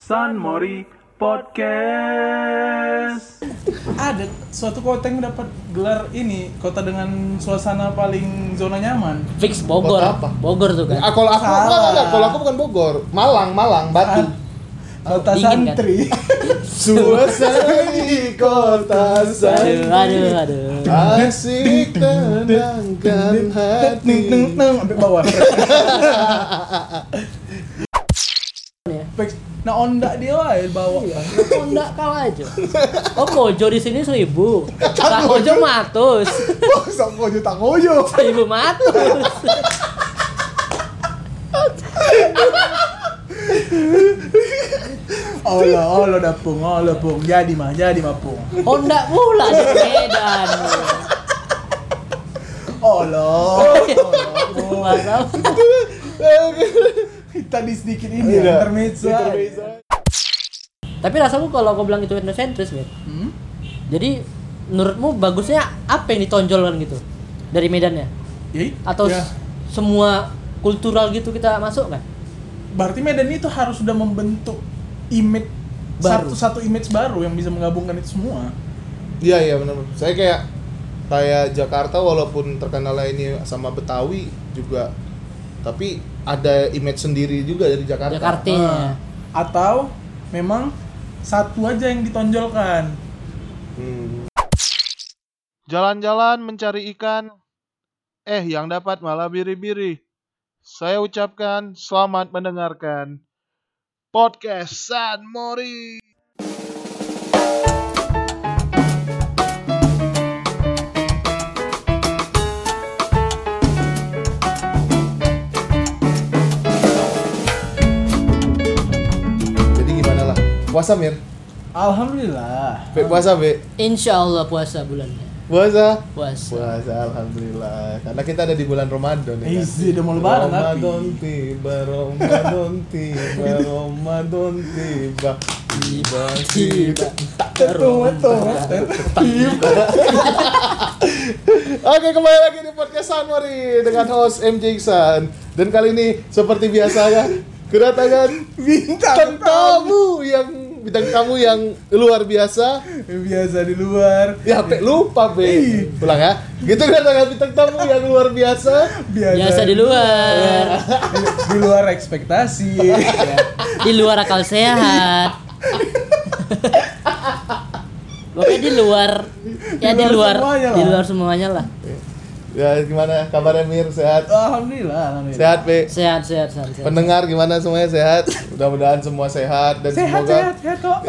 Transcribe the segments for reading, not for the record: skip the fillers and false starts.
San Mori Podcast. Ada suatu kota yang mendapat gelar ini, kota dengan suasana paling zona nyaman. Fix Bogor. Kota apa? Bogor tuh kan. Kalau aku enggak, kalau aku bukan Bogor, Malang, Batu. Kota dingin, kan? santri. Suasana di kota santri. Aduh. Asik tenangkan hati. Sampai bawah. Nah onda dia wae bawa. Oh enggak kau aja. Oh Kojo di sini 1.000. Kak Kojo 100. Sok kojo tak kojo. 1.000 100. Allah dapung, jadi mah pung. Honda pula di Medan. Allah. Masa Tadi sedikit ini ya, intermezzo. Tapi rasaku kalau aku bilang itu etnosentris, Mit. Jadi menurutmu bagusnya apa yang ditonjolkan gitu dari Medannya? Atau semua kultural gitu kita masuk kan? Berarti Medan itu harus sudah membentuk image Baru. satu image baru yang bisa menggabungkan itu semua. Iya benar. Saya kayak Jakarta walaupun terkenalnya ini sama Betawi juga, tapi ada image sendiri juga dari Jakarta. Jakartanya. Atau memang satu aja yang ditonjolkan. Jalan-jalan mencari ikan, yang dapat malah biri-biri. Saya ucapkan selamat mendengarkan Podcast San Mori. Jadi gimana lah? Puasa Mir? Alhamdulillah. Puasa Be? Insya Allah puasa bulannya. Puasa, Puasa. alhamdulillah. Karena kita ada di bulan Ramadan ya. Isi udah mau lebaran Ramadan tapi. tiba. Oke, kembali lagi di podcast San Mori dengan host MJ Iksan. Dan kali ini seperti biasa ya, kedatangan bintang tamu yang luar biasa. Biasa di luar. Ya, lupa Be. Pulang ya. Gitu kedatangan bintang tamu yang luar biasa. Biasa di luar. Di luar ekspektasi. Di luar akal sehat. Pokoknya di luar semuanya lah. Ya, gimana kabarnya Mir? Sehat? Alhamdulillah. Sehat, Be? Sehat. Pendengar gimana semuanya sehat? Mudah-mudahan semua sehat dan semoga Sehat kok.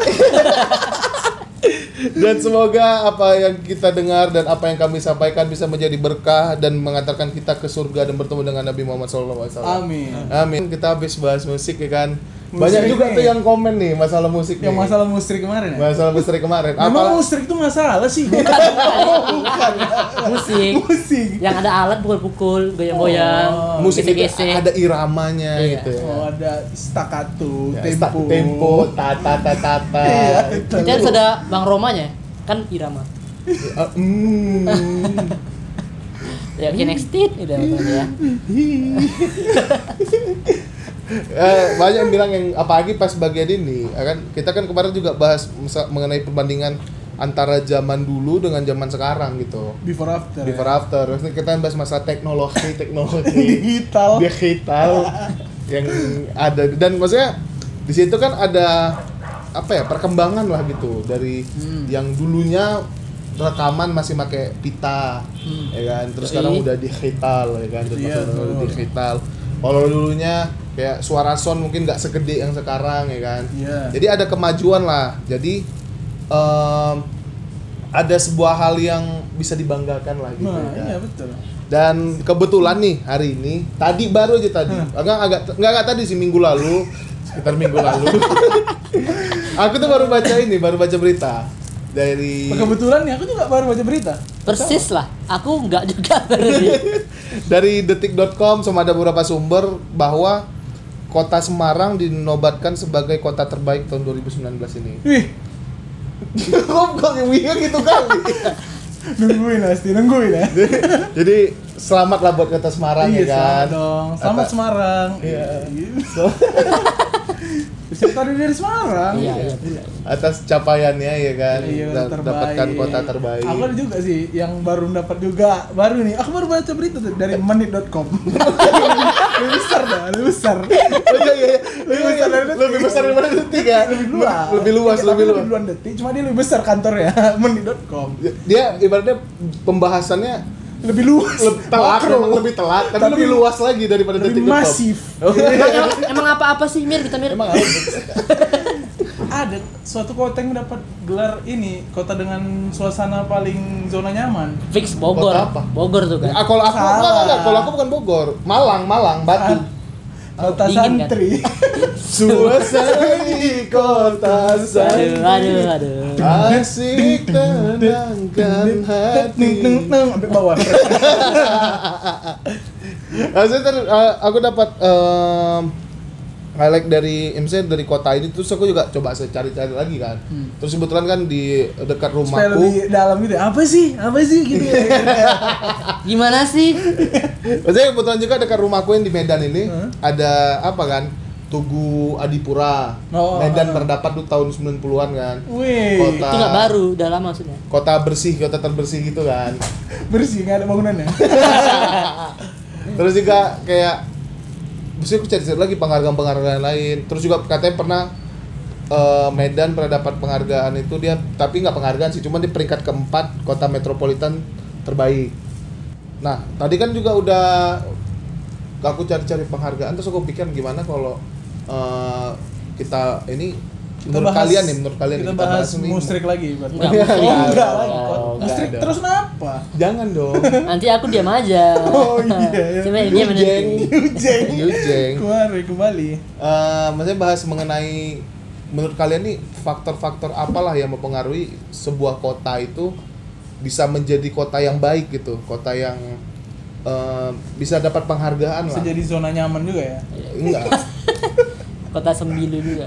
dan semoga apa yang kita dengar dan apa yang kami sampaikan bisa menjadi berkah dan mengantarkan kita ke surga dan bertemu dengan Nabi Muhammad SAW. Amin. Kita habis bahas musik ya kan. Banyak Musik juga nih. tuh yang komen nih masalah musik Yang nih. masalah musrik kemarin ya? Masalah musik kemarin. Memang musrik itu masalah sih. Musik. Yang ada alat pukul-pukul, goyang-goyang, musik itu gesek-gesek. ada iramanya Iya. gitu ya. Oh, ada staccato, Ya, tempo. tata. Iya. Kan ada Bang Romanya kan irama. Ya next it udah ya. Banyak yang bilang yang apalagi pas bagian ini kan kita kan kemarin juga bahas mengenai perbandingan antara zaman dulu dengan zaman sekarang gitu. Before after. Terus kita bahas masalah teknologi Digital. yang ada dan maksudnya di situ kan ada perkembangan lah gitu dari yang dulunya rekaman masih pakai pita ya kan, terus sekarang udah digital ya kan, digital. Kalau dulunya kayak suara sound mungkin nggak segede yang sekarang ya kan. Jadi ada kemajuan lah. Jadi ada sebuah hal yang bisa dibanggakan lah gitu. Iya betul. Dan kebetulan nih hari ini baru aja tadi. Enggak tadi sih, minggu lalu, sekitar minggu lalu. Aku tuh baru baca berita dari Kebetulan nih aku juga baru baca berita. Persis lah. Aku enggak juga. dari detik.com sama ada beberapa sumber bahwa Kota Semarang dinobatkan sebagai kota terbaik tahun 2019 ini. Wih, Kok yang bingung gitu kali. nungguin ya. Jadi selamat lah buat Kota Semarang ya kan. Selamat dong. Selamat Semarang. Iya. Siapa tahu dari Semarang. Iya. Atas capaiannya ya kan, Iya, dapatkan kota terbaik. Aku ada juga sih yang baru dapat juga baru nih. Aku baru baca berita tuh dari menit.com. Lebih besar dah, lebih besar. Oh iya. Lebih besar daripada Detik ya. Lebih luas. Lebih duluan Detik, cuma dia lebih besar kantornya menit.com. Dia ibaratnya pembahasannya Lebih luas. memang lebih telat, tapi lebih luas lagi daripada lebih Detik.com. masif. Emang apa-apa sih Mir kita Mir? Emang apa? Ada suatu kota yang mendapat gelar ini kota dengan suasana paling zona nyaman. Fix Bogor. Kota apa? Bogor tuh kan. Kalau aku enggak, kalau aku bukan Bogor, Malang, Batu. Kota dingin kan? santri. Suasana di kota santri. Aduh. Asik tenangkan hati. Sampai bawah. Aku dapat highlight dari misalnya dari kota ini, terus aku juga coba cari-cari lagi kan. Terus kebetulan kan di dekat Supaya rumahku. lebih dalam gitu. Apa sih gitu. Gimana sih? Maksudnya kebetulan juga dekat rumahku yang di Medan ini ada apa kan? Tugu Adipura. Medan terdapat tuh tahun 90-an kan. Wih, Kota Itu nggak baru, udah lama maksudnya. Kota bersih, kota terbersih gitu kan. bersih nggak ada bangunannya. Terus juga kayak mesti aku cari lagi penghargaan lain. Terus juga katanya pernah Medan pernah dapat penghargaan itu dia, tapi nggak penghargaan sih, cuma di peringkat keempat kota metropolitan terbaik. Nah tadi kan juga udah aku cari penghargaan, terus aku pikir gimana kalau kita ini menurut kalian kita bahas musrik lagi buat Enggak, musrik terus kenapa? Jangan dong. Nanti aku diam aja. Oh iya. Cuma dia Yujeng. Kembali. Maksudnya bahas mengenai menurut kalian nih faktor-faktor apalah yang mempengaruhi sebuah kota itu bisa menjadi kota yang baik gitu, kota yang bisa dapat penghargaan Bisa lah. jadi zona nyaman juga ya. Enggak. Kota Sembilu juga.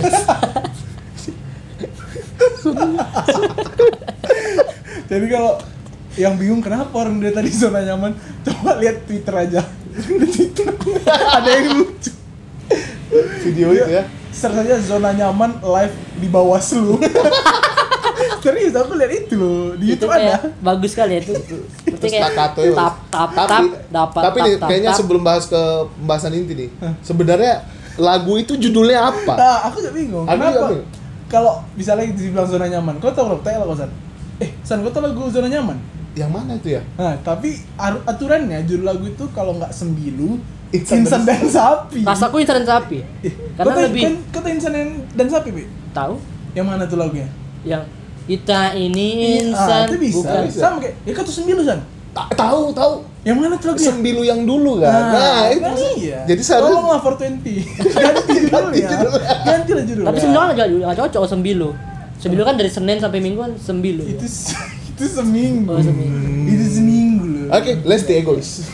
Jadi kalau yang bingung kenapa orang dari tadi zona nyaman, coba lihat Twitter aja. Di Twitter ada yang lucu. Video itu ya. Search saja zona nyaman live di Bawaslu. Serius aku lihat itu loh di Itu YouTube kayak ada. bagus kali ya itu. Berarti kayak Staccato ya, tap dapat. Tapi nih, kayaknya sebelum bahas ke pembahasan inti nih, sebenarnya lagu itu judulnya apa? Nah, aku juga bingung. Aku juga Kenapa? bingung. Kalau misalnya dibilang zona nyaman, kau tahu tanya kau San. San, kau tahu lagu zona nyaman? Yang mana itu ya? Nah, tapi aturannya judul lagu itu kalau nggak Sembilu, Insan dan Sapi. Rasaku insan sapi. Karena lebih Kau tahu Insan dan Sapi, Bi? tahu Yang mana tuh lagunya? yang kita ini insan itu bisa. bukan Sama kayak, ya kau tuh Sembilu, San. Tahu. Yang mana tuh lagunya? Sembilu yang dulu kan. Nah, itu. kan iya. Jadi seharusnya tolonglah 420. Ganti judulnya. Gantilah judulnya. tapi sebenarnya nggak cocok Sembilu. Sembilu kan dari Senin sampai Minggu kan Sembilu. itu seminggu. Oh, seminggu. Itu seminggu loh. Oke, let's the egois.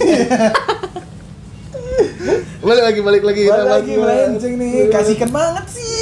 balik lagi kita Lagi melenceng nih. Kasihkan banget sih.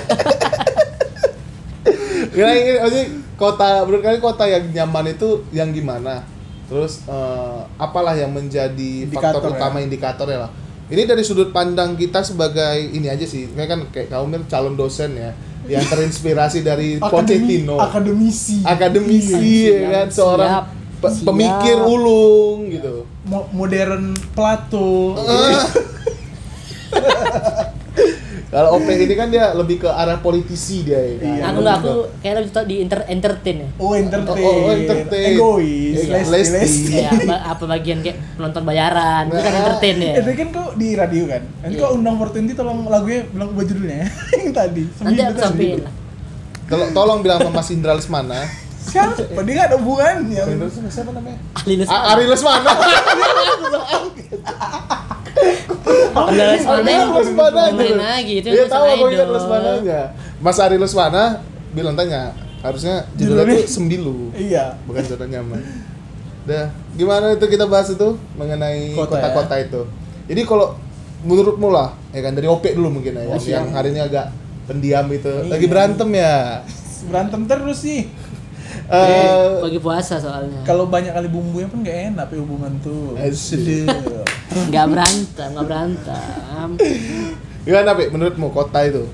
Kira ini maksudnya menurut kalian kota yang nyaman itu yang gimana? Terus apalah yang menjadi Indikator faktor utama indikatornya lah. Ini dari sudut pandang kita sebagai ini aja sih. Kayak kamu Mir calon dosen ya, yang terinspirasi dari Pochettino. Akademisi Ya kan, seorang pemikir ulung gitu. Modern Plato. Kalau OP ini kan dia lebih ke arah politisi dia ya kan. Aku kayak lebih di entertain ya. Entertain. Egois. Lesti. Ya, apa bagian kayak penonton bayaran, itu kan entertain ya. Itu kan kau di radio kan. Nanti kau undang 420 tolong lagunya bilang buat judulnya yang tadi. Nanti aku sampein lah. Tolong bilang sama Mas Indra Lesmana. Siapa? Dia nggak ada hubungannya. Siapa namanya? Ari Lesmana. Lesmana main lagi itu Dia tahu aku idol. ingat Lesmananya. Mas Ari Lesmana bilang tanya, harusnya judulnya itu Sembilu. Iya. Bukan zona nyaman. Dah, gimana itu kita bahas itu mengenai Kota kota-kota itu. Jadi kalau menurutmu lah, ya kan dari OP dulu mungkin ya, yang hari ini agak pendiam itu, lagi berantem ya. Berantem terus sih. Pagi puasa soalnya. Kalau banyak kali bumbunya pun nggak enak ya hubungan tuh. Asyik. Nggak berantem. Gimana Pi, menurutmu kota itu?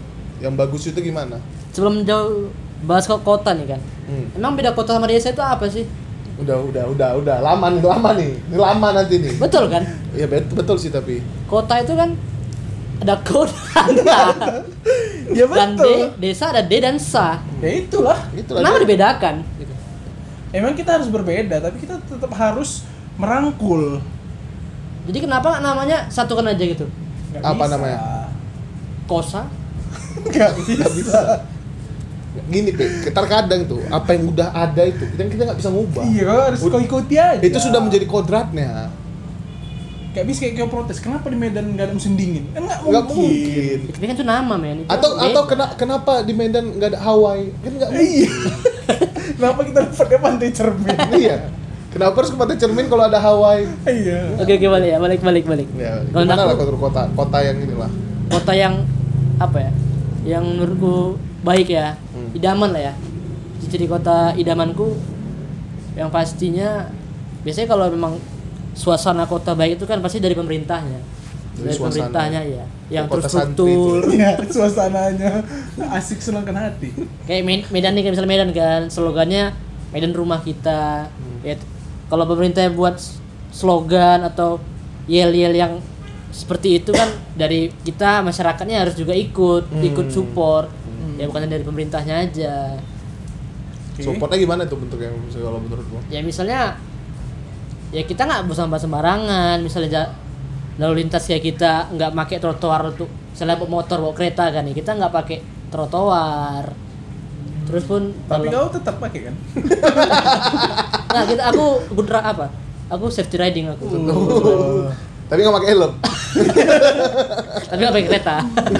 Yang bagus itu gimana? Sebelum jauh bahas ke kota nih kan. Emang beda kota sama desa itu apa sih? Udah lama nih. Ini lama nanti nih. Betul kan? Iya betul sih tapi. Kota itu kan ada kota Ya dan betul. desa ada D dan sa. Ya itulah. Kenapa dibedakan? Gitu. Emang kita harus berbeda, tapi kita tetap harus merangkul. Jadi kenapa namanya satukan aja gitu? Nggak Apa bisa. namanya? Kosa? Nggak bisa. Gini, Pe, terkadang tuh apa yang udah ada itu kita nggak bisa ngubah. Iya, kalau harus kau ikuti aja. Itu sudah menjadi kodratnya. Kayak bisa kayak kau protes, kenapa di Medan nggak ada musim dingin? Kan nggak Nggak mungkin. mungkin. Tapi kan itu nama men. Itu Atau beda. kenapa di Medan nggak ada Hawaii? Kan nggak mungkin. Iya. Kenapa kita dapatnya pantai cermin? Iya. Kenapa harus ke Pantai Cermin kalau ada Hawaii? Iya. Oke balik ya, balik. Ya, Kalau gimana lah aku, kota yang inilah. kota yang apa ya? Yang menurutku baik ya, idaman lah ya. Ciri kota idamanku yang pastinya biasanya kalau memang suasana kota baik itu kan pasti dari pemerintahnya. Dari suasana. pemerintahnya ya, yang Kota terstruktur. Iya, suasananya asik senangkan hati. Kayak Medan nih, kayak misalnya Medan kan, slogannya Medan rumah kita. Ya, kalau pemerintah buat slogan atau yel-yel yang seperti itu kan dari kita masyarakatnya harus juga ikut support. Ya bukan dari pemerintahnya aja. Oke. Supportnya gimana tuh bentuknya kalau menurutmu? Ya misalnya ya kita nggak buang sampah sembarangan, misalnya lalu lintas kayak kita nggak pakai trotoar untuk misalnya bawa motor bawa kereta kan ya, kita nggak pakai trotoar. Terus pun Tapi kalau kau tetap pakai kan? nah kita aku apa? Aku safety riding aku. Tapi nggak pakai helm. Tapi nggak pakai kereta.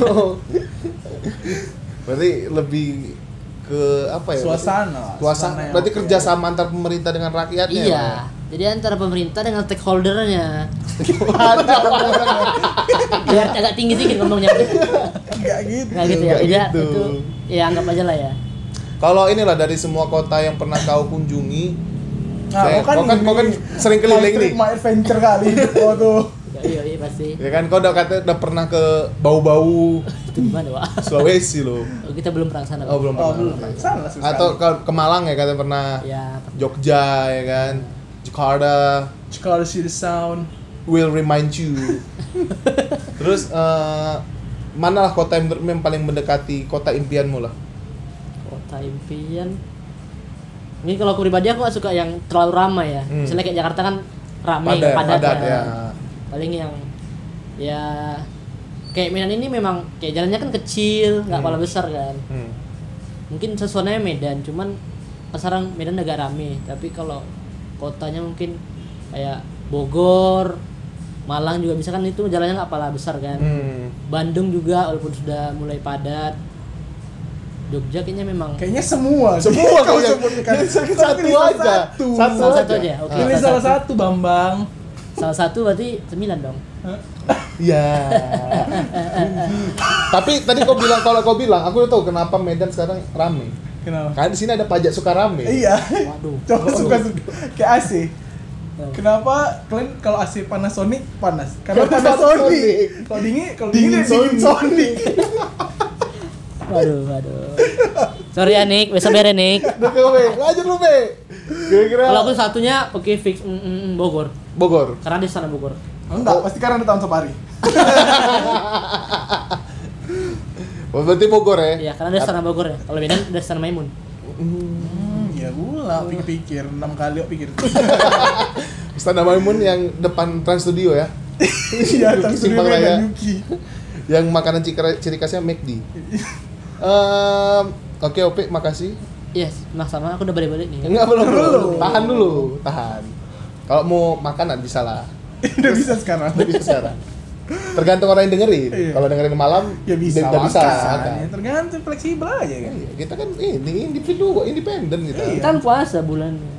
Berarti lebih ke apa ya? Suasana. Suasana. yang Berarti oke. kerjasama antar pemerintah dengan rakyatnya. Iya. Jadi antara pemerintah dengan stakeholdernya. Biar agak tinggi sedikit ngomongnya. Enggak gitu. Nggak gitu ya. Nggak Iya, gitu. itu ya anggap aja lah ya. Kalau inilah dari semua kota yang pernah kau kunjungi, Nah, kau kan sering keliling nih. My adventure kali. Oh tuh. Iya pasti. Ya kan kau udah pernah ke Bau-Bau Itu gimana, Pak? Sulawesi loh. Kita belum pernah sana. Oh, belum Oh, pernah. belum. Salah sekali. Atau ke Malang ya katanya pernah. Ya, Jogja ya kan. Jakarta Chicago City Sound. will remind you. Terus mana lah kota yang paling mendekati kota impianmu lah? kota impian. Ini kalau aku pribadi aku gak suka yang terlalu ramai ya. Misalnya kayak Jakarta kan ramai, padat ya. Paling yang ya kayak Medan ini memang kayak jalannya kan kecil, nggak pala besar kan. Mungkin sesuatunya Medan, cuman sekarang Medan agak rame. Tapi kalau kotanya mungkin kayak Bogor, Malang juga bisa kan, itu jalannya nggak pala besar kan. Bandung juga walaupun sudah mulai padat. Jogja kayaknya memang Kayaknya semua. Semua kau yang- sebutkan. yang satu Pilih aja. Satu. salah satu aja. Oke, Pilih salah satu Bambang. Salah satu berarti 9 dong. Iya. Tapi tadi kau bilang, kalau kau bilang, aku udah tahu kenapa Medan sekarang rame. Kenapa? Karena di sini ada pajak Sukarame. Iya. Waduh. Coba suka kayak AC. Kenapa kalian kalau AC Panasonic panas? Karena Panasonic. Kalau dingin Dingin Sonic. Waduh. Sorry ya Nick, besok beres Nick. Oke, lanjut lu, Be. Kira-kira Kalau aku satunya oke fix Bogor. Bogor. Karena di sana Bogor. Enggak, pasti karena ada tahun safari. Oh, berarti Bogor ya? Iya, karena ada sana Bogor ya. Kalau Medan ada sana Maimun. Ya gula, pikir-pikir 6 kali kok pikir. Istana Maimun yang depan Trans Studio ya. Iya, Yuki tahun Simpang Medan Raya. Yuki. Yang makanan ciri khasnya McD. Oke, Ope, makasih. Yes, sama aku udah balik-balik nih. Enggak, belum. Belum. Tahan dulu, tahan. Kalau mau makan bisa lah. Udah bisa sekarang. Udah bisa sekarang. Tergantung orang yang dengerin. Iya. Kalau dengerin malam, Ya bisa. udah bisa. makan. makan. Ya, tergantung fleksibel aja kan. Iya, kita kan ini individu, independen kita. Iya. Kan puasa bulannya.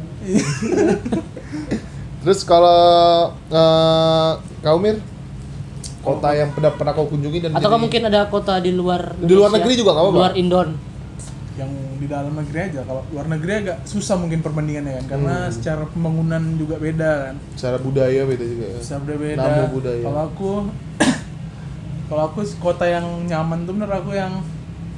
Terus kalau kau Mir, kota yang pernah kau kunjungi dan Atau jadi- mungkin ada kota di luar Di luar Indonesia? negeri juga nggak apa-apa. Luar Indon. Yang di dalam negeri aja, kalau luar negeri agak susah mungkin perbandingannya kan, karena secara pembangunan juga beda kan. secara budaya beda juga ya. Bisa beda. Namu budaya. Kalau aku kota yang nyaman tuh menurut aku yang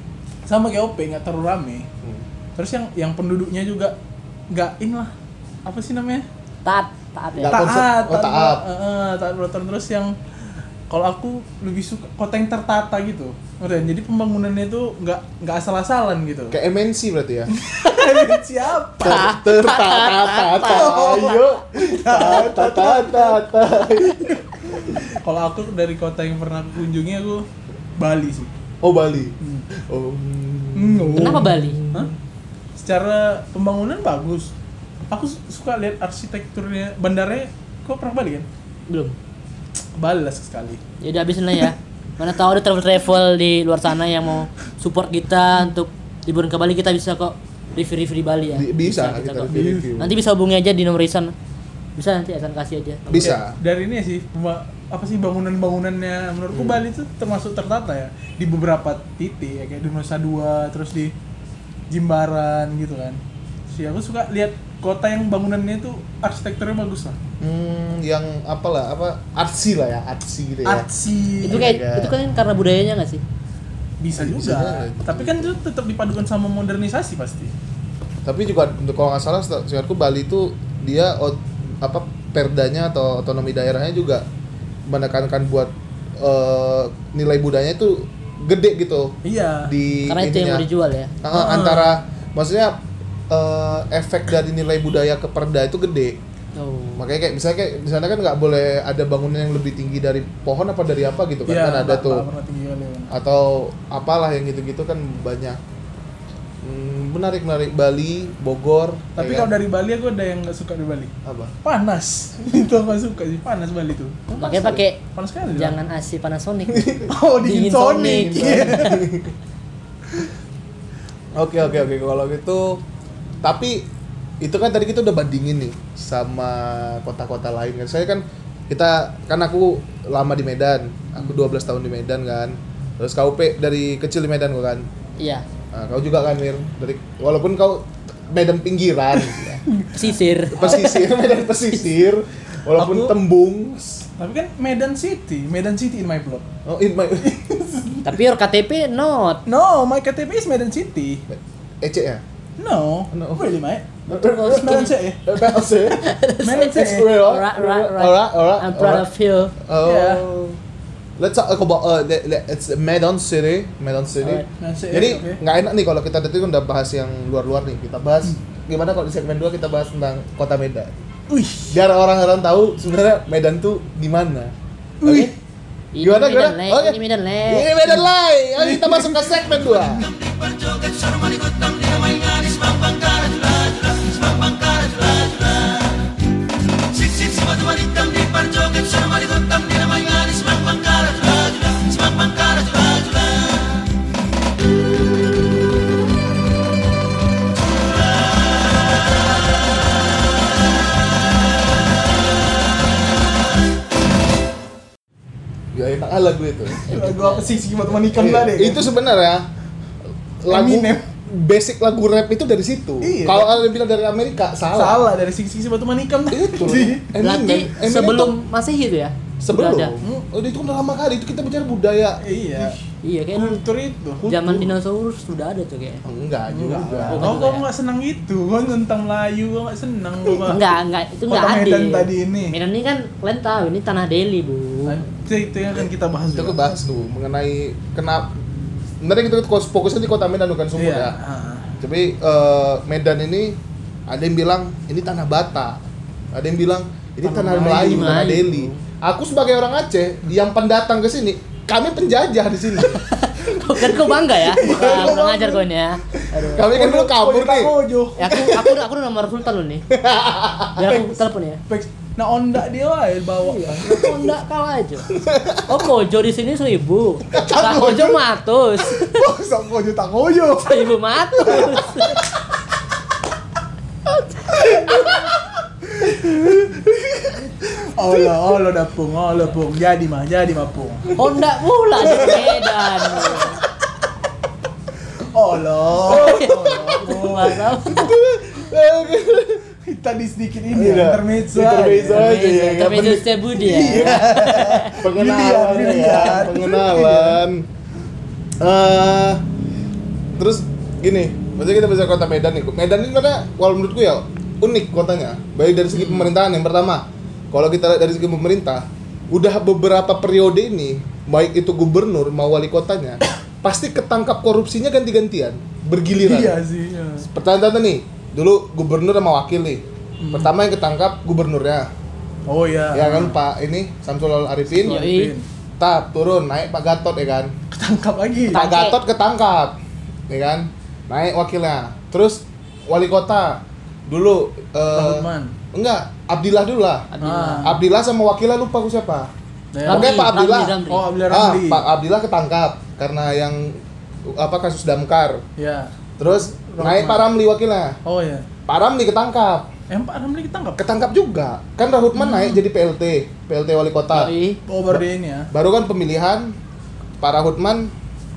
sama kayak OP, nggak terlalu rame. Terus yang penduduknya juga nggak lah, apa sih namanya? Taat ya. Taat. Taat peraturan. Terus yang kalau aku lebih suka kota yang tertata gitu. Jadi pembangunannya itu nggak asal-asalan gitu. Kayak MNC berarti ya. Siapa? Tertata. Ayo. Tata. Kalau aku dari kota yang pernah aku kunjungi aku Bali sih. Oh, Bali. Oh. Kenapa Bali? Hah? Secara pembangunan bagus. Aku suka lihat arsitekturnya. Bandaranya, kok pernah ke Bali kan? Belum. Bali lah sekali. Ya udah habisin lah ya. Mana tahu ada travel di luar sana yang mau support kita untuk liburan ke Bali, kita bisa kok review di Bali ya. Bisa kita kita kok. review. Nanti bisa hubungi aja di nomor Isan. Bisa nanti Isan kasih aja. Bisa. Dari ini sih, apa sih bangunannya menurutku Bali itu termasuk tertata ya. Di beberapa titik ya, kayak di Nusa Dua, terus di Jimbaran gitu kan. Sih aku suka lihat kota yang bangunannya itu arsitekturnya bagus lah. Yang artsy lah ya, artsy gitu ya. Artsy. Itu kayak itu kan karena budayanya nggak sih? Bisa Bisa juga. jadi. Tapi kan itu tetap dipadukan sama modernisasi pasti. Tapi juga kalau nggak salah seingatku Bali itu dia perdanya atau otonomi daerahnya juga menekankan buat nilai budayanya itu gede gitu. Iya. Karena itu yang mau dijual ya. Antara maksudnya efek dari nilai budaya ke perda itu gede. Oh. Makanya kayak misalnya kan nggak boleh ada bangunan yang lebih tinggi dari pohon apa dari apa gitu kan, Iya, kan ada tuh. pernah tinggi kali, kan. Atau apalah yang gitu-gitu kan banyak. Menarik Bali, Bogor. Tapi ya kalau kan? dari Bali aku ada yang nggak suka di Bali. Apa? Panas. Itu aku nggak suka sih, panas Bali tuh. Makanya pakai Panas sekali. jangan AC Panasonic. Oh, dingin Sonic. Oke kalau gitu. Tapi itu kan tadi kita udah bandingin nih sama kota-kota lain kan. Saya kan aku lama di Medan. Aku 12 tahun di Medan kan. Terus kau dari kecil di Medan kau kan. Iya. Nah, kau juga kan Mir, walaupun kau Medan pinggiran, Pesisir. Medan pesisir, walaupun tembung. Tapi kan Medan City in my blood. Oh, in my Tapi your KTP not. No, my KTP is Medan City. Ece ya? No, No. really, mate. It's Medan City. Medan City. Alright. I'm proud of you. Oh. Yeah. Let's talk about it's Medan City. Medan City, Jadi okay. nggak enak nih kalau kita tadi udah bahas yang luar-luar nih. Kita bahas gimana kalau di segmen 2 kita bahas tentang kota Medan. Wih. Biar orang-orang tahu sebenarnya Medan tuh gimana. Wih. Oke? Ini Gimana? Medan Lay, Oke. ini Medan Lay. Ini Medan Lay. Ayo kita masuk ke segmen 2. Ya enak lagu itu. Lagu apa sih buat manikan tadi? Itu sebenarnya lagu Eminem. basic lagu rap itu dari situ. Iya. Kalau ada bilang dari Amerika salah dari sisi batu manikam Itu. Berarti Eminem sebelum Masehi itu ya? sebelum. Udah ada. Oh, itu udah lama kali itu kita bicara budaya. Iya. Iya kayaknya Kultur itu. zaman dinosaurus sudah ada tuh kayaknya. Enggak juga. Oh, Kau juga ya? nggak senang itu? Kau tentang Melayu kau nggak senang? Enggak, itu enggak Kota adil. Medan tadi ini. Medan ini kan kalian tahu ini tanah Delhi, Bu. Itu yang akan kita bahas Kita juga. bahas tuh mengenai kenapa. Sebenarnya kita fokusnya di kota Medan bukan Sumut Iya. ya. Tapi Medan ini ada yang bilang ini tanah Batak, ada yang bilang ini tanah Melayu, tanah Melayu. Delhi. Aku sebagai orang Aceh yang pendatang ke sini, kami penjajah di sini. Kan kau bangga ya? Wah, kurang ajar kau ini ya. Aduh. Kami kan dulu kabur nih. Ya, aku udah nomor Sultan lu nih. Biar aku telepon ya. Nah onda dia wae bawa. Oh enggak kau aja. Oh kojo di sini 1000. Tak kojo 100. Sok kojo tak kojo. 1000 100. Allah dapung, Allah pung. Jadi mah pung. Honda pula di Medan. Allah. Masa Tadi sedikit ini ya, intermezzo aja. aja ya. Intermezzo setiap budi ya. Pengenalan Biliar. ya, pengenalan. Terus gini, maksudnya kita bisa kota Medan nih. Medan ini karena kalau menurutku ya unik kotanya. Baik dari segi pemerintahan yang pertama. Kalau kita lihat dari segi pemerintah, udah beberapa periode ini, baik itu gubernur mau wali kotanya, pasti ketangkap korupsinya ganti-gantian, bergiliran. Iya sih. Ya. Pertanyaan nih, dulu gubernur sama wakil nih. Pertama yang ketangkap gubernurnya. Oh iya. Ya kan Pak ini Samsul Arifin. Yoi. Tap turun naik Pak Gatot ya kan. Ketangkap lagi. Pak Gatot ketangkap. Ya kan? Naik wakilnya. Terus wali kota dulu Rahman. enggak, Abdillah dulu lah. Abdillah sama wakilnya lupa aku siapa. Oke, Pak Abdillah. Ramli. Oh, Abdillah Ramli. Pak Abdillah ketangkap karena yang kasus Damkar. Ya. Terus Rahman. naik Pak Ramli wakilnya. Oh ya. Pak Ramli ketangkap. Pak Ramli ketangkap. Ketangkap juga. Kan Rahutman naik jadi PLT wali kota. Yoi. Oh, baru dia ini ya. Baru kan pemilihan Pak Rahutman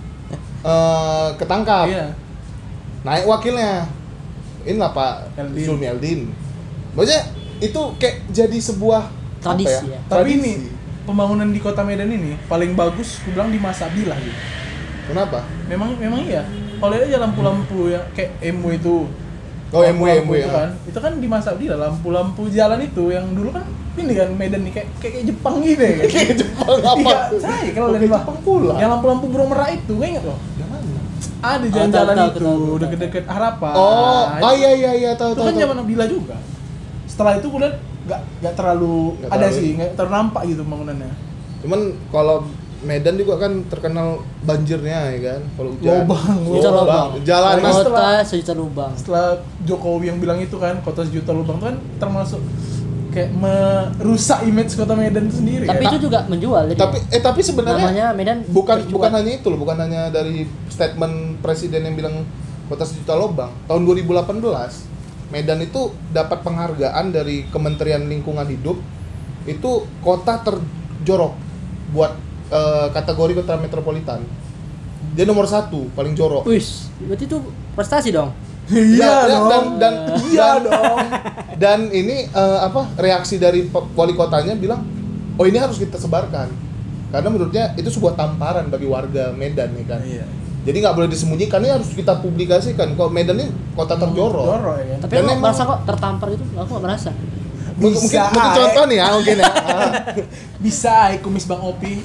ketangkap. Iya. Naik wakilnya. Inilah Pak Eldin. Zulmi Eldin. Maksudnya itu kayak jadi sebuah Tradisi apa ya. Tapi Tradisi. ini pembangunan di Kota Medan ini paling bagus aku bilang di masa Abdillah gitu. Kenapa? Memang iya. Kalau lihat aja lampu-lampu ya kayak MW itu. Oh, MW itu kan. Itu kan di masa Abdillah lampu-lampu jalan itu yang dulu kan ini kan Medan nih kayak Jepang gitu ya kan. Kayak Jepang apa? Iya, saya kalau Kayak lihat Jepang pula. yang lampu-lampu burung merak itu, nggak ingat loh? Yang mana? Ada jalan-jalan tahu, itu tahu. deket-deket Harapan. Oh, Nah, iya tahu itu kan zaman Abdillah juga. Setelah itu gue lihat nggak terlalu Nggak ada terlalu. sih, nggak terlalu nampak gitu bangunannya. Cuman kalau Medan juga kan terkenal banjirnya ya kan. Kalau hujan. Lubang. Lubang. Jalanan Kota sejuta lubang. Setelah Jokowi yang bilang itu kan kota sejuta lubang itu kan termasuk kayak merusak image kota Medan itu sendiri. Tapi kan? itu juga menjual. Jadi tapi sebenarnya namanya Medan bukan terjual. hanya itu loh, bukan hanya dari statement presiden yang bilang kota sejuta lubang. Tahun 2018 Medan itu dapat penghargaan dari Kementerian Lingkungan Hidup itu kota terjorok buat kategori kota metropolitan. Dia nomor 1 paling jorok. Wis, berarti itu prestasi dong. Iya dong. Iya dong. Dan ini reaksi dari wali kotanya bilang, oh ini harus kita sebarkan karena menurutnya itu sebuah tamparan bagi warga Medan ya kan. Iya. Jadi nggak boleh disembunyikan, ini harus kita publikasikan. Kalau Medan ini kota terjorok. Jorok ya kan. Tapi Dan aku emang- merasa kok tertampar itu, aku gak merasa. Mungkin contoh nih ya mungkin ya. Bisa kumis Bang Opi.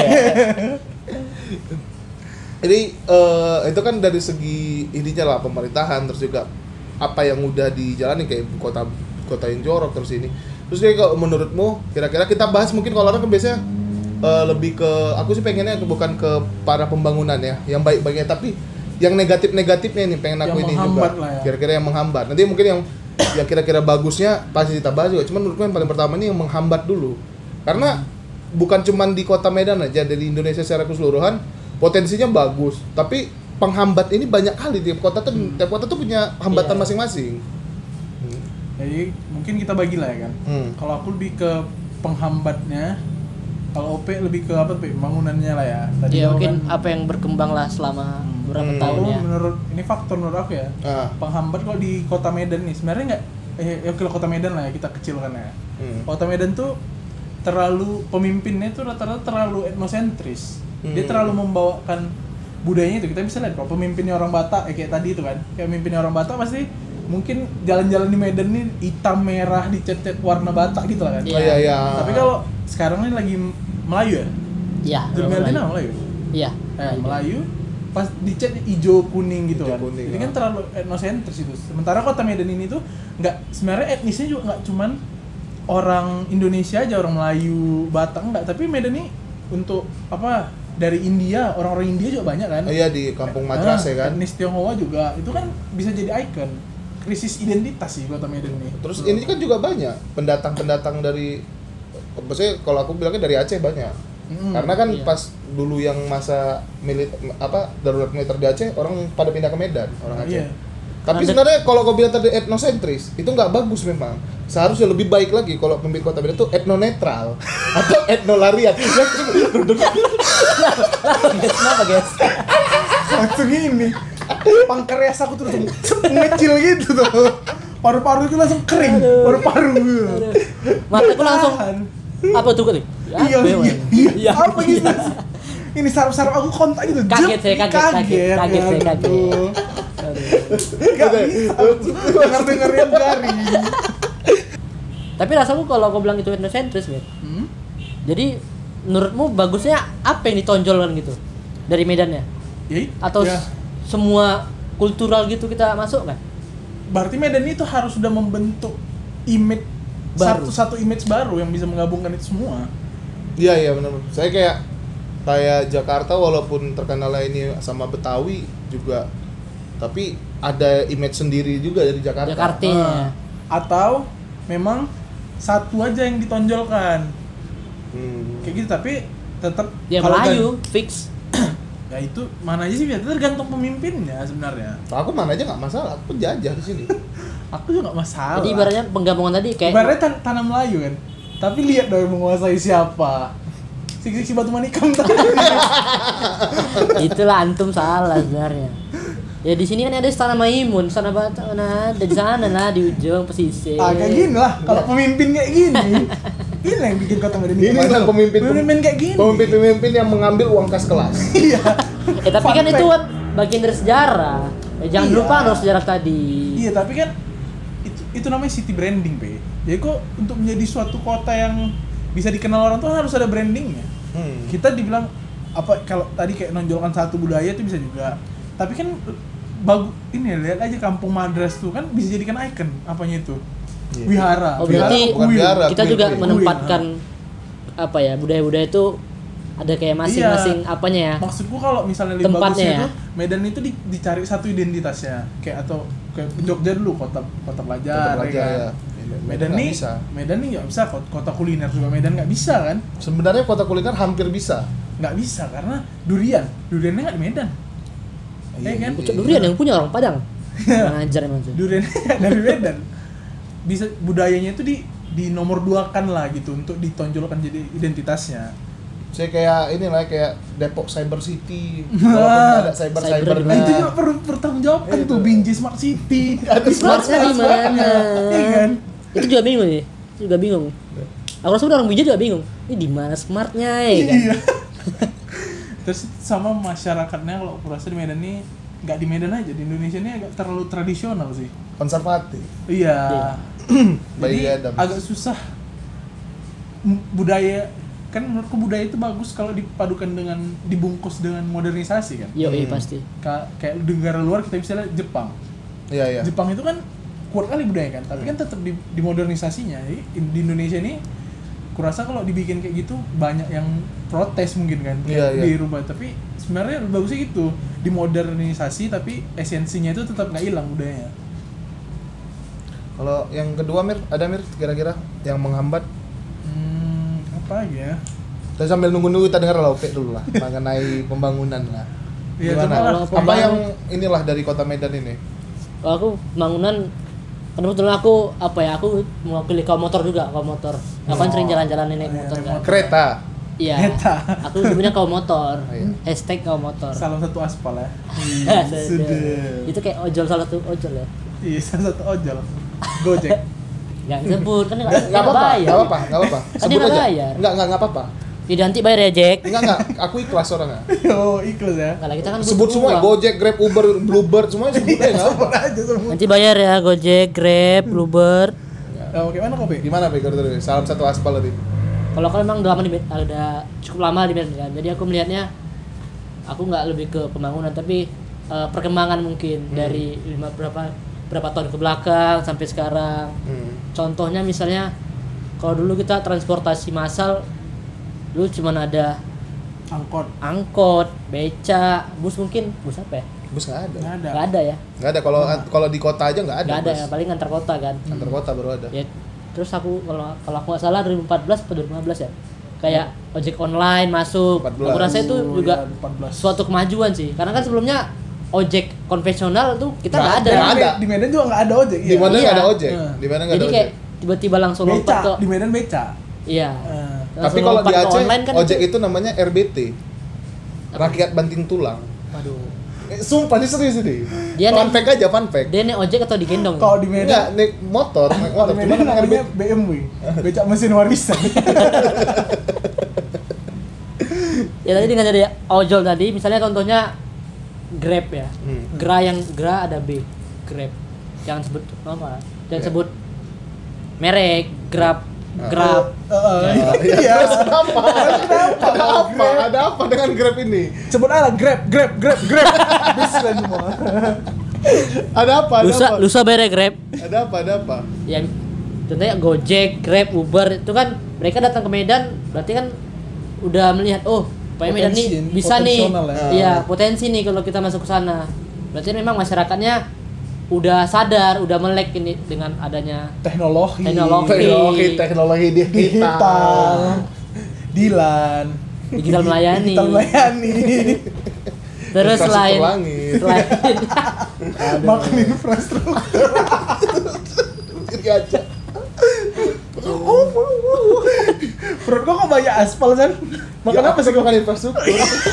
Jadi itu kan dari segi ininya lah pemerintahan, terus juga apa yang udah dijalani kayak kota yang jorok terus ini. Terus kayak kalau menurutmu kira-kira kita bahas mungkin kalau orang kan biasanya lebih ke aku sih pengennya bukan ke para pembangunan ya, yang baik-baiknya tapi yang negatif-negatifnya nih pengen aku Yang ini juga. menghambat lah ya. Kira-kira yang menghambat. Nanti mungkin yang kira-kira bagusnya pasti kita bahas juga. Cuman menurutku yang paling pertama ini yang menghambat dulu. Karena bukan cuman di Kota Medan aja, dari Indonesia secara keseluruhan potensinya bagus, tapi penghambat ini banyak kali. Tiap kota tuh punya hambatan Iya. masing-masing. Jadi mungkin kita bagi lah ya kan. Kalau aku lebih ke penghambatnya, kalau OP lebih ke apa tuh pembangunannya lah ya. Tadi Ya kau mungkin kan, apa yang berkembang lah selama beberapa tahun kalau ya. menurut ini faktor menurut aku ya. Penghambat kalau di Kota Medan nih sebenarnya nggak ya kalau Kota Medan lah ya kita kecilkan ya. Kota Medan tuh terlalu pemimpinnya tuh rata-rata terlalu etnosentris. Dia terlalu membawakan budayanya itu. Kita bisa lihat kalau pemimpinnya orang Batak kayak tadi itu kan. Kayak pemimpinnya orang Batak pasti mungkin jalan-jalan di Medan nih hitam merah dicat-cat warna Batak gitu lah kan. Oh iya. Tapi kalau sekarang ini lagi Melayu ya. Iya. Zulmi Eldin apa Melayu? Iya. Melayu pas dicat hijau kuning gitu Hijau kan. kuning, Jadi kan terlalu etnosentris itu. Sementara Kota Medan ini tuh nggak, sebenarnya etnisnya juga nggak cuman orang Indonesia aja, orang Melayu, Batak enggak, tapi Medan ini untuk apa dari India, orang-orang India juga banyak kan. Oh iya di Kampung Madras ya kan. Etnis Tionghoa juga itu kan bisa jadi ikon krisis identitas sih Kota Medan ini. Terus ini kan juga banyak pendatang-pendatang dari, maksudnya kalau aku bilangnya dari Aceh banyak. Karena kan iya. pas dulu yang masa darurat militer di Aceh, orang pada pindah ke Medan, orang Aceh. Iya. Tapi sebenarnya kalau kau bilang tadi etnosentris, itu nggak bagus memang. Seharusnya lebih baik lagi kalau pemimpin Kota Medan itu etnonetral atau etnolarian. Kenapa guys? Langsung ini pangkarias aku tuh langsung ngecil gitu tuh, paru-paru itu langsung kering, paru-paru Mataku langsung apa tuh kali? iya apa gitu ini sarap-sarap aku kontak gitu. Kaget saya, kaget. Aduh. Gak bisa denger yang garing. Tapi rasaku kalau aku bilang itu etnosentris, Mit. Jadi menurutmu bagusnya apa yang ditonjolkan gitu dari medannya? Atau semua kultural gitu kita masuk kan? Berarti Medan itu harus sudah membentuk image baru. satu image baru yang bisa menggabungkan itu semua. Iya benar. Saya kayak Jakarta walaupun terkenalnya ini sama Betawi juga, tapi ada image sendiri juga dari Jakarta. Jakartanya. Atau memang satu aja yang ditonjolkan. Kayak gitu, tapi tetap Dia Melayu fix. Ya itu mana aja sih, tergantung pemimpinnya sebenarnya. Aku mana aja nggak masalah, aku penjajah di sini. Aku juga nggak masalah. Jadi ibaratnya penggabungan tadi kayak ibaratnya tanah Melayu kan. Tapi lihat dong yang menguasai siapa. Si Batu Manikam tadi. Itulah antum salah sebenarnya. Ya di sini kan ada Istana Maimun, Istana Batu, nah ada di sana lah di ujung pesisir. Kayak gini lah, kalau pemimpin kayak gini. Ini yang bikin kota Medan Ini lah pemimpin kayak gini. Pemimpin yang mengambil uang kas kelas. Iya. Tapi kan itu kan bagian dari sejarah. Jangan lupa harus sejarah tadi. Iya, tapi kan itu namanya city branding, Pe. Jadi kok untuk menjadi suatu kota yang bisa dikenal orang tuh harus ada brandingnya. Kita dibilang apa kalau tadi kayak nonjolkan satu budaya itu bisa juga. Tapi kan bagus ini lihat aja Kampung Madras tuh kan bisa jadikan ikon apanya itu. Wihara. Oh, berarti kita juga kuil. menempatkan apa ya, budaya-budaya itu ada kayak masing-masing apanya ya. Maksudku kalau misalnya lebih tempatnya bagusnya ya. itu Medan itu dicari satu identitasnya. Kayak atau kayak Jogja dulu kota pelajar, ya. Medan nih Medan nih nggak bisa kota kuliner juga. Medan nggak bisa kan? Sebenarnya kota kuliner hampir bisa. Nggak bisa karena duriannya nggak di Medan. Iya kan? Pucuk durian yang punya orang Padang. Ngajar emang tuh. Duriannya dari Medan. Bisa budayanya itu di nomor 2-kan lah gitu untuk ditonjolkan jadi identitasnya. Saya kayak inilah kayak Depok Cyber City. Walaupun ada cyber. Nah, itu juga perlu bertanggungjawabkan tuh Binjai Smart City. Ada smartnya di mana? Iya kan? Itu juga bingung nih. Juga bingung. Aku rasa orang Binjai juga bingung. Ini di mana smartnya ya kan? Iya. Terus sama masyarakatnya kalau aku rasa di Medan nih nggak di Medan aja, di Indonesia ini agak terlalu tradisional sih. Konservatif. Iya. Jadi agak susah budaya kan, menurutku budaya itu bagus kalau dipadukan dengan dibungkus dengan modernisasi kan. Iya pasti. Kayak negara luar kita bisa lihat Jepang. Iya. Jepang itu kan kuat kali budaya kan, tapi kan tetap di modernisasinya. Jadi di Indonesia ini kurasa kalau dibikin kayak gitu banyak yang protes mungkin kan, kayak dirubah. Tapi sebenarnya bagusnya gitu, dimodernisasi tapi esensinya itu tetap nggak hilang budayanya. Kalau yang kedua ada kira-kira yang menghambat? Apa ya? Kita sambil nunggu kita dengar Lope dulu lah mengenai pembangunan lah. Iya, gimana? Apa yang inilah dari kota Medan ini? Kalau aku pembangunan, kebetulan aku mewakili kaum motor juga, kaum motor. Aku kan sering jalan-jalan naik motor kan. Kereta. Iya. Aku sebenarnya kaum motor. Hashtag kaum motor. Salah satu aspal ya. Sudah. Itu kayak ojol, salah satu ojol ya. Iya, salah satu ojol. Gojek. Enggak disebut kan enggak apa-apa. Sebut aja. Enggak apa-apa. Tidak, nanti bayar ya, Jack. Enggak, aku ikhlas orangnya. Oh, ikhlas ya. Kalau kita kan sebut semua, Gojek, Grab, Uber, Bluebird, semuanya sebut aja enggak apa. Nanti bayar ya Gojek, Grab, Bluebird. Gimana kok, Pe? Gimana, Pe? Salam satu aspal tadi. Kalau memang udah cukup lama di Medan kan. Jadi aku melihatnya aku nggak lebih ke pembangunan tapi perkembangan mungkin dari berapa tahun ke belakang sampai sekarang. Contohnya misalnya kalau dulu kita transportasi massal dulu cuma ada angkot, beca, bus apa ya? Bus nggak ada. Nggak ada ya? Nggak ada. Kalau di kota aja nggak ada. Nggak ada ya, paling antar kota kan. Antar kota baru ada. Ya, terus aku kalau aku nggak salah 2014 atau 2015 ya, kayak ojek online masuk. 14. Aku rasa itu juga suatu kemajuan sih, karena kan sebelumnya ojek konvensional tuh kita nggak ada. Nggak ada. Di Medan juga nggak ada ojek. Di mana nggak ada ojek? Di mana nggak ada Jadi ojek? kayak tiba-tiba langsung lompat ke. Di Medan beca. Iya. Tapi kalau di Aceh kan ojek itu namanya RBT. Rakyat Banting Tulang. Waduh. Sumpah ini serius ini. Dia fun fact aja, fun fact. Dia naik ojek atau digendong? Kalau di Medan enggak, naik motor. Kalau di Medan namanya BMW. Becak mesin warisan. Ya tadi dengan dari ojol tadi, misalnya contohnya Grab ya. Gra ada B. Grab. Jangan sebut apa? Jangan sebut merek, Grab. Iya. Ada apa dengan Grab ini? Sebut aja Grab. Habis kan semua. Ada apa? Lusa bayar Grab. Ada apa? Ya contohnya Gojek, Grab, Uber itu kan mereka datang ke Medan berarti kan udah melihat Pak Medan nih bisa nih. Iya, potensi nih kalau kita masuk ke sana. Berarti memang masyarakatnya udah sadar, udah melek ini dengan adanya teknologi digital. Digital melayani. Terus selain makan infrastruktur. Aja. Perut gua kok banyak aspal kan? Makan apa sih makan infrastruktur?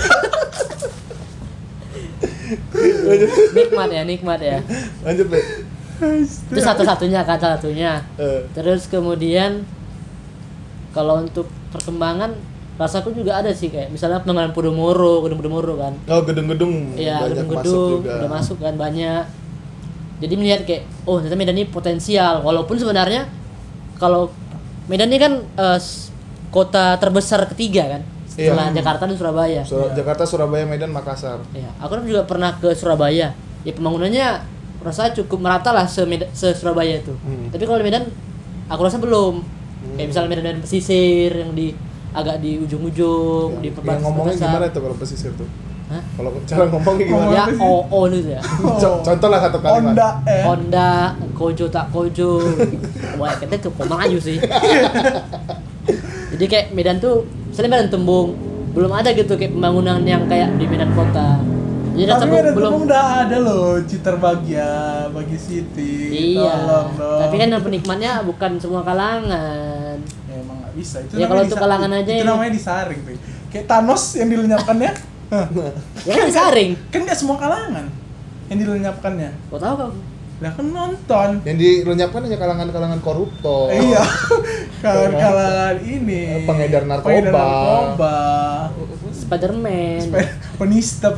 nikmat ya. Lanjut, Be. Itu satu-satunya. Terus kemudian kalau untuk perkembangan rasaku juga ada sih kayak misalnya pengembangan Podomoro kan. Oh, gedung-gedung. Iya, banyak gedung-gedung masuk juga. udah masuk kan banyak. Jadi melihat kayak ternyata Medan ini potensial walaupun sebenarnya kalau Medan ini kan kota terbesar ketiga kan setelah Jakarta dan Surabaya. Jakarta, Surabaya, Medan, Makassar. Iya, aku juga pernah ke Surabaya. Ya pembangunannya rasa cukup merata lah se Surabaya itu. Tapi kalau di Medan aku rasa belum. Kayak misalnya Medan pesisir yang agak di ujung-ujung di perbatasan. Yang ngomongnya gimana tuh kalau pesisir tuh? Hah? Kalau cara ngomongnya gimana? Ya itu ya. Contoh lah satu kalimat. Honda, kojo tak kojo. Wah, kita tuh Melayu sih. Jadi kayak Medan tuh, misalnya Medan Tembung, belum ada gitu kayak pembangunan yang kayak di Medan Kota. Jadi tapi Medan belum Tembung udah ada loh, Citer Bagia, Bagi City. Iya. Tolong. Tapi kan penikmatnya bukan semua kalangan. Ya emang nggak bisa. Itu ya kalau untuk kalangan aja itu namanya disaring, Be. Kayak Thanos yang dilenyapkannya. Ya kan disaring. Kan nggak semua kalangan yang dilenyapkannya. Kau tahu kau? Lah kan nonton. Yang dilenyapkan hanya kalangan-kalangan koruptor. Iya. Kalangan ini. Pengedar narkoba. Spiderman. Penista.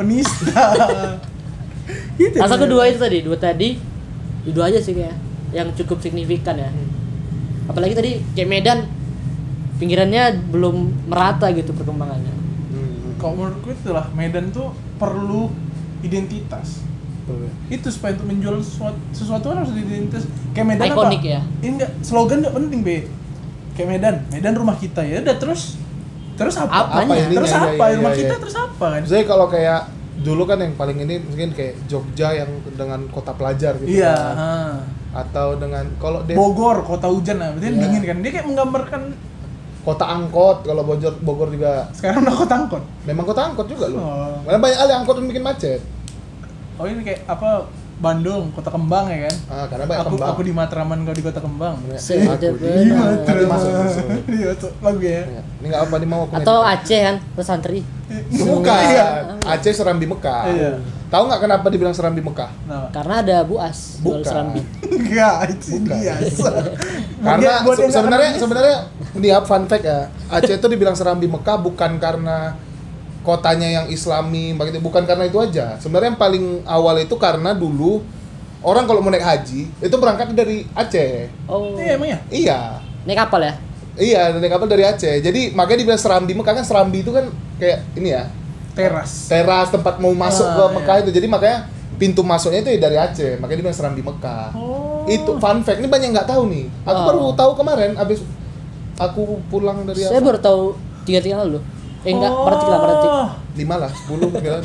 Gitu. Rasa kedua itu tadi. Dua aja sih kayak yang cukup signifikan ya. Apalagi tadi kayak Medan pinggirannya belum merata gitu perkembangannya. Kalau menurutku itulah Medan tuh perlu identitas. Itu supaya untuk menjual sesuatu kan harus ada identitas. Kayak Medan ikonik apa? Ya. Ini enggak slogan enggak penting, Be. Kayak Medan rumah kita ya. Udah terus apa? Apanya? Terus Iya, apa? iya, Rumah iya. kita terus apa kan? Jadi kalau kayak dulu kan yang paling ini mungkin kayak Jogja yang dengan kota pelajar gitu. Iya, kan. Atau dengan kalau Bogor, kota hujan lah. Berarti dingin kan. Dia kayak menggambarkan kota angkot. Kalau Bogor juga sekarang udah kota angkot. memang kota angkot juga loh. Oh. Karena banyak kali angkot yang bikin macet. Oh ini kayak apa? Bandung, kota kembang ya kan? Karena banyak kembang. Aku di Matraman, kau di kota kembang. Ada Nanti masuk. Iya, lagu ya. Ini nggak apa nih mau aku atau ngedit. Aceh kan, pesantren. Bukan. Iya. Aceh Serambi Mekah. Iya. Tahu nggak kenapa dibilang Serambi Mekah? Nah. Karena ada buas jual Bukan. serambi. Enggak, itu biasa. Karena Buat yang sebenarnya ini ya fun fact ya. Aceh itu dibilang Serambi Mekah bukan karena kotanya yang Islami, begitu, bukan karena itu aja. Sebenarnya yang paling awal itu karena dulu orang kalau mau naik haji itu berangkat dari Aceh. Oh. Iya emang ya? Iya. Naik kapal ya? Iya, naik kapal dari Aceh. Jadi makanya dibilang Serambi Mekah, kan Serambi itu kan kayak ini ya. Teras tempat mau masuk ke Mekah iya. itu. Jadi makanya pintu masuknya itu ya dari Aceh. Makanya dibilang Serambi Mekah. Oh. Itu fun fact. Ini banyak nggak tahu nih. Aku baru tahu kemarin abis aku pulang dari Saya baru tahu 3 tahun lalu. Enggak, paratik. 5 lah, 10 mungkin.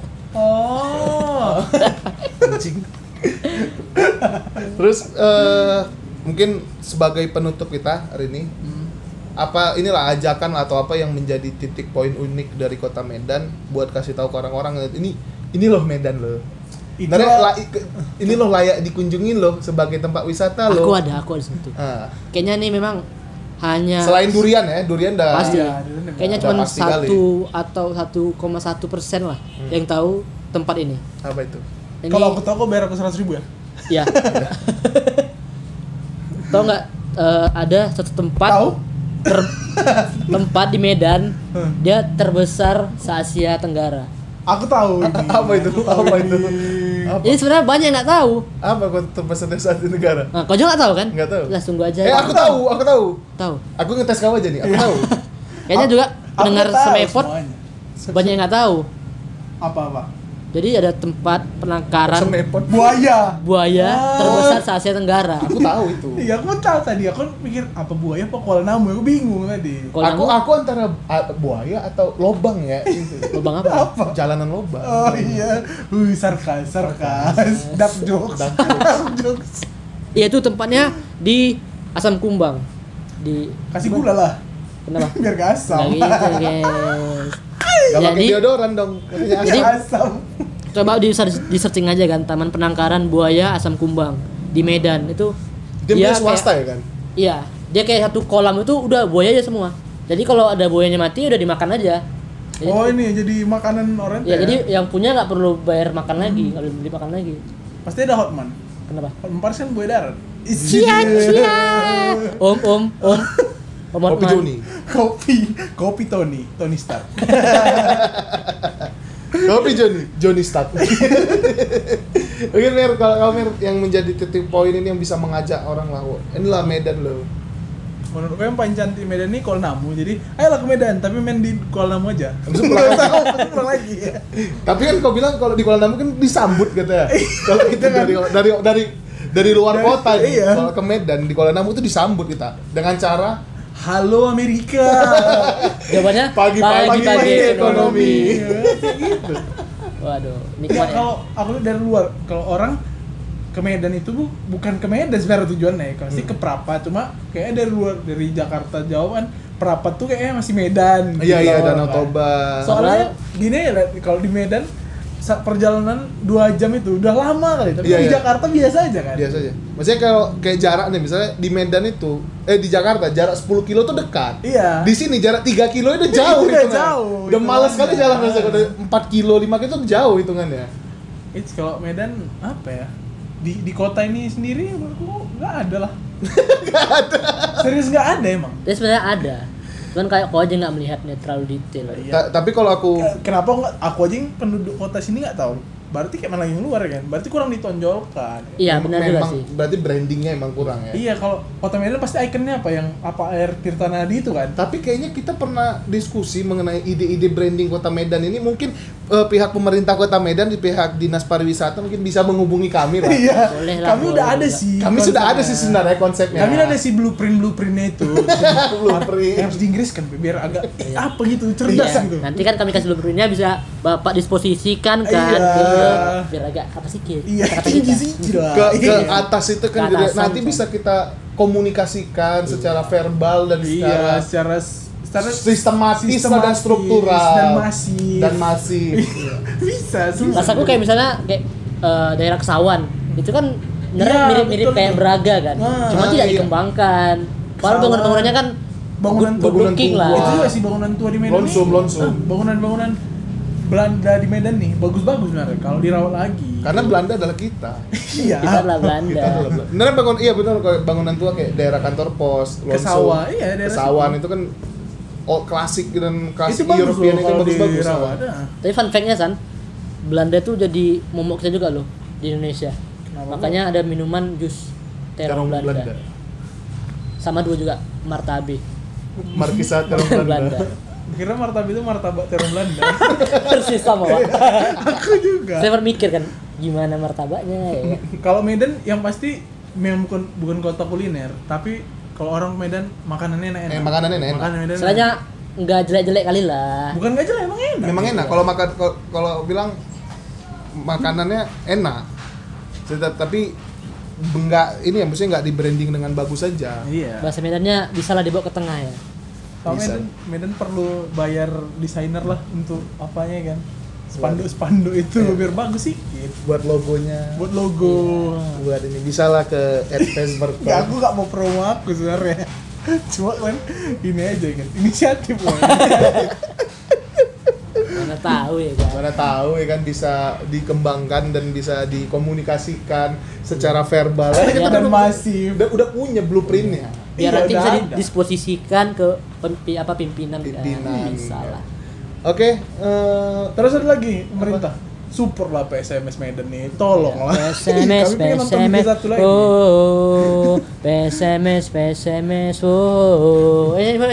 Oh. Anjing. Terus mungkin sebagai penutup kita hari ini, apa inilah ajakan atau apa yang menjadi titik poin unik dari kota Medan buat kasih tahu ke orang-orang ini loh Medan loh. Ini loh layak dikunjungin loh sebagai tempat wisata loh. Aku ada situ. Kayaknya nih memang hanya selain durian dah pasti. Ya, kayaknya udah cuma pasti 1 kali. atau 1,1% lah yang tahu tempat ini. Apa itu? Ini, Kalau aku tahu kok bayar aku 100.000 ya? ya. Tahu nggak ada satu tempat Tahu? tempat di Medan, dia terbesar se-Asia Tenggara. Aku tahu ini. Apa itu? Apa itu? Apa? Ini sebenarnya banyak yang nggak tahu. Apa kota terbesar di Asia Tenggara? Nah, kau juga nggak tahu kan? Nggak tahu. Lah tunggu aja. Aku tahu. Tahu. Aku ngetes kau aja nih, aku tahu. Kayaknya juga pendengar Aku tahu Semepot semuanya. banyak yang nggak tahu. Apa? Jadi ada tempat penangkaran Semepot. Buaya. buaya terbesar se-Asia Tenggara. Aku tahu itu. Iya, aku tahu tadi. Aku pikir apa buaya apa Kuala Namu. Aku bingung tadi. Kalau Aku antara buaya atau lobang ya itu. lubang apa? Apa? Jalanan lobang. Oh iya. Sarkas. Dark jokes. Dark jokes. Iya itu tempatnya di Asam Kumbang. Di Kasih gula lah. Kenapa? Biar gak asam. Nggak gitu, guys. Gak pakai Jadi- deodoran dong. Katanya Jadi- asam. Coba di searching aja kan Taman Penangkaran Buaya Asam Kumbang di Medan itu. dia punya kayak- swasta ya kan? Iya, dia kayak satu kolam itu udah buaya aja semua. Jadi kalau ada buayanya mati udah dimakan aja. Jadi, Oh ini jadi makanan orang ya, jadi yang punya nggak perlu bayar makan lagi, nggak perlu beli makan lagi. pasti ada Hotman. Kenapa? Hotman Paris kan buaya darat. Cia. Om. Om Kopi Hotman. Joni. Kopi Tony Stark. Kopi Johnny Stark. Mungkin Mer, kalau Mer yang menjadi titik poin ini yang bisa mengajak orang lah. "Wah, inilah Medan loh." Menurut gue yang paling cantik Medan ini Kuala Namu. Jadi ayolah ke Medan tapi main di Kuala Namu aja. Habis itu pulang lagi. Pulang lagi. Tapi kan kau bilang kalau di Kuala Namu kan disambut katanya. Kalau kita dari luar kota nih, iya. kalau ke Medan di Kuala Namu itu disambut kita dengan cara Halo Amerika. Jawabannya Pagi-pagi ekonomi. Gitu. Waduh, Ya, nikmat ya. kalau aku lihat dari luar, kalau orang ke Medan itu bukan ke Medan sebenarnya tujuannya, pasti ke Prapat. Cuma kayaknya dari luar, dari Jakarta jauh kan, Prapat tuh kayaknya masih Medan. Iya gitu iya loh, Danau kan. Toba. Soalnya gini ya, kalau di Medan perjalanan 2 jam itu udah lama kali, tapi Iya, di iya. Jakarta biasa aja kan. Biasa aja. Maksudnya kalau kayak jarak nih, misalnya di Medan itu, di Jakarta jarak 10 kilo tuh dekat. Iya. Di sini jarak 3 kilo itu jauh Itu udah hitungannya. jauh, Udah males hitungannya. kali jalan rasanya. Udah 4 kilo, 5 kilo tuh jauh hitungannya. It's kalau Medan apa ya? Di kota ini sendiri menurutku nggak ada lah. Serius nggak ada emang. Tapi sebenarnya ada. Cuman kayak kau aja nggak melihatnya terlalu detail. Iya. Tapi kalau aku Kenapa nggak? Aku aja yang penduduk kota sini nggak tahu. Berarti kayak mana lagi yang luar kan? Berarti kurang ditonjolkan. Iya benar juga memang sih. berarti brandingnya emang kurang ya. Iya, kalau kota Medan pasti ikonnya apa? Yang apa air Tirta Nadi itu kan? Tapi kayaknya kita pernah diskusi mengenai ide-ide branding Kota Medan ini, mungkin pihak pemerintah Kota Medan di pihak Dinas Pariwisata mungkin bisa menghubungi kami lah. Iya. Boleh lah, Kami boleh udah ada juga. sih. Kami sudah ada konsepnya. sih sebenarnya konsepnya. Kami udah ada sih blueprintnya itu. Blueprint. Harus di Inggris kan biar agak apa gitu cerdas Iya, gitu. nanti kan kami kasih blueprintnya bisa bapak disposisikan kan, Iya. gitu. Biar agak apa sih gitu. Iya, Kata kita. siji lah. Ke Iya. atas itu kan Ke atasan, nanti kan. bisa kita komunikasikan secara verbal dan Iya, secara secara sistematis dan struktural dan masif. Iya. Bisa, susah. Rasaku kayak misalnya kayak daerah Kesawan itu kan sebenarnya Iya, mirip-mirip betul, kayak betul. Braga kan, Nah, cuma tidak iya. dikembangkan. Padahal Kesawan. bangunan-bangunannya kan Bangunan good tua. looking tua. lah. Itu juga sih bangunan tua di Medan. Lonsum, nih. lonsum. Bangunan-bangunan Belanda di Medan nih bagus-bagus sebenarnya kalau dirawat lagi. Karena Belanda adalah kita. Iya. Kita adalah Belanda. Kita adalah Belanda. Beneran iya benar kalau bangunan tua kayak daerah kantor pos, Kesawan, iya, daerah Kesawan situ. itu kan klasik dan klasik Itu bagus European loh itu kalau bagus-bagus. dirawat. Tapi fun fact-nya San, Belanda tuh jadi momoknya juga loh di Indonesia. Kenapa? Makanya ada minuman jus terong Belanda. Sama dua juga martabe. Markisa terong Belanda. Kira martabak itu martabak terong Belanda. Persis sama Pak. Aku juga. Saya berpikir kan gimana martabaknya ya. Kalau Medan yang pasti memang bukan kota kuliner, tapi kalau orang Medan makanannya enak-enak. Makanannya enak. Makanan Medan. Soalnya nggak jelek-jelek kali lah. bukan nggak jelek, emang enak. Memang enak kalau makan kalau bilang makanannya enak. Tapi enggak ini ya maksudnya enggak di branding dengan bagus saja. Iya. Bahasa Medannya bisa lah dibawa ke tengah ya. Kalau Bisa. Medan perlu bayar desainer lah untuk apanya kan. Spanduk itu biar bagus sih. Buat logonya. Buat logo. Buat ini bisa lah ke @facebook. Ya aku nggak mau promo aku sebenarnya. Cuma kan ini aja kan inisiatif kan. Mana tahu ya kan. Mana tahu ya kan bisa dikembangkan dan bisa dikomunikasikan secara verbal. Karena kita Dan udah- masif. udah punya blueprintnya. biar Iya, nanti udah bisa ada. didisposisikan ke pimpinan Pimpinan. bisa lah. Oke, Terus ada lagi pemerintah support lah PSMS Medan nih, tolong lah. PSMS Kami pengen nonton Liga 1 lagi. oh PSMS oh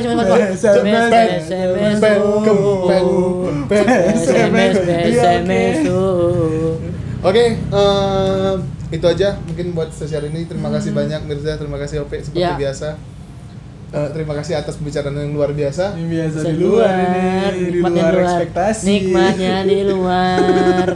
PSMS oh. Oke, itu aja mungkin buat sesi hari ini. Terima kasih banyak Mirza, terima kasih Ope seperti Ya. biasa. Terima kasih atas pembicaraan yang luar biasa. Ini biasa di luar ini, di luar ekspektasi. Nikmatnya di luar.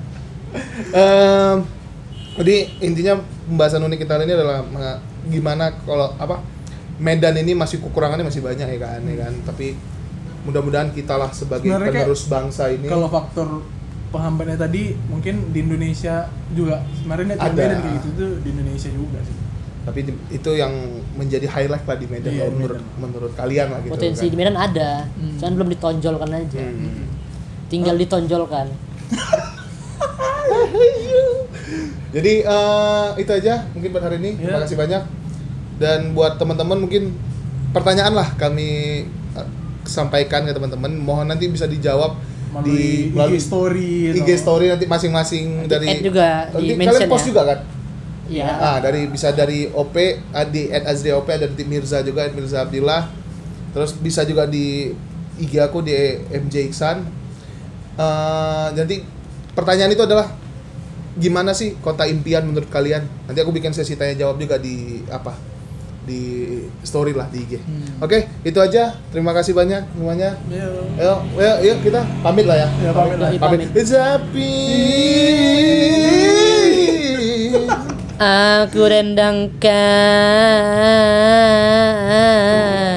Jadi intinya pembahasan unik kita hari ini adalah gimana kalau Medan ini masih kekurangannya masih banyak ya kan. Tapi mudah-mudahan kita lah sebagai Sebenarnya penerus bangsa ini. Kalau faktor penghambatnya tadi mungkin di Indonesia juga kemarin ya Ada. Medan kayak gitu tuh di Indonesia juga sih. Tapi itu yang menjadi highlight lah di Medan Iya, kalau menurut kalian lah gitu. Potensi kan. di Medan ada, cuman belum ditonjolkan aja. Tinggal ditonjolkan. Jadi itu aja mungkin buat hari ini. Terima Ya. kasih banyak. Dan buat teman-teman mungkin pertanyaan lah kami sampaikan ke teman-teman. Mohon nanti bisa dijawab Melalui IG story IG atau- story nanti masing-masing Nanti dari add juga di nanti mention kalian post ya. juga kan? Iya. Bisa dari OP di @azriop, ada di Mirza juga @Mirza Abdillah. Terus bisa juga di IG aku di MJ Iksan. Nanti pertanyaan itu adalah gimana sih kota impian menurut kalian? Nanti aku bikin sesi tanya jawab juga di di story lah di IG. Oke, itu aja. Terima kasih banyak semuanya. Yuk kita pamit lah ya. Ya, pamit lah. Pamit. Tapi Aku rendangkan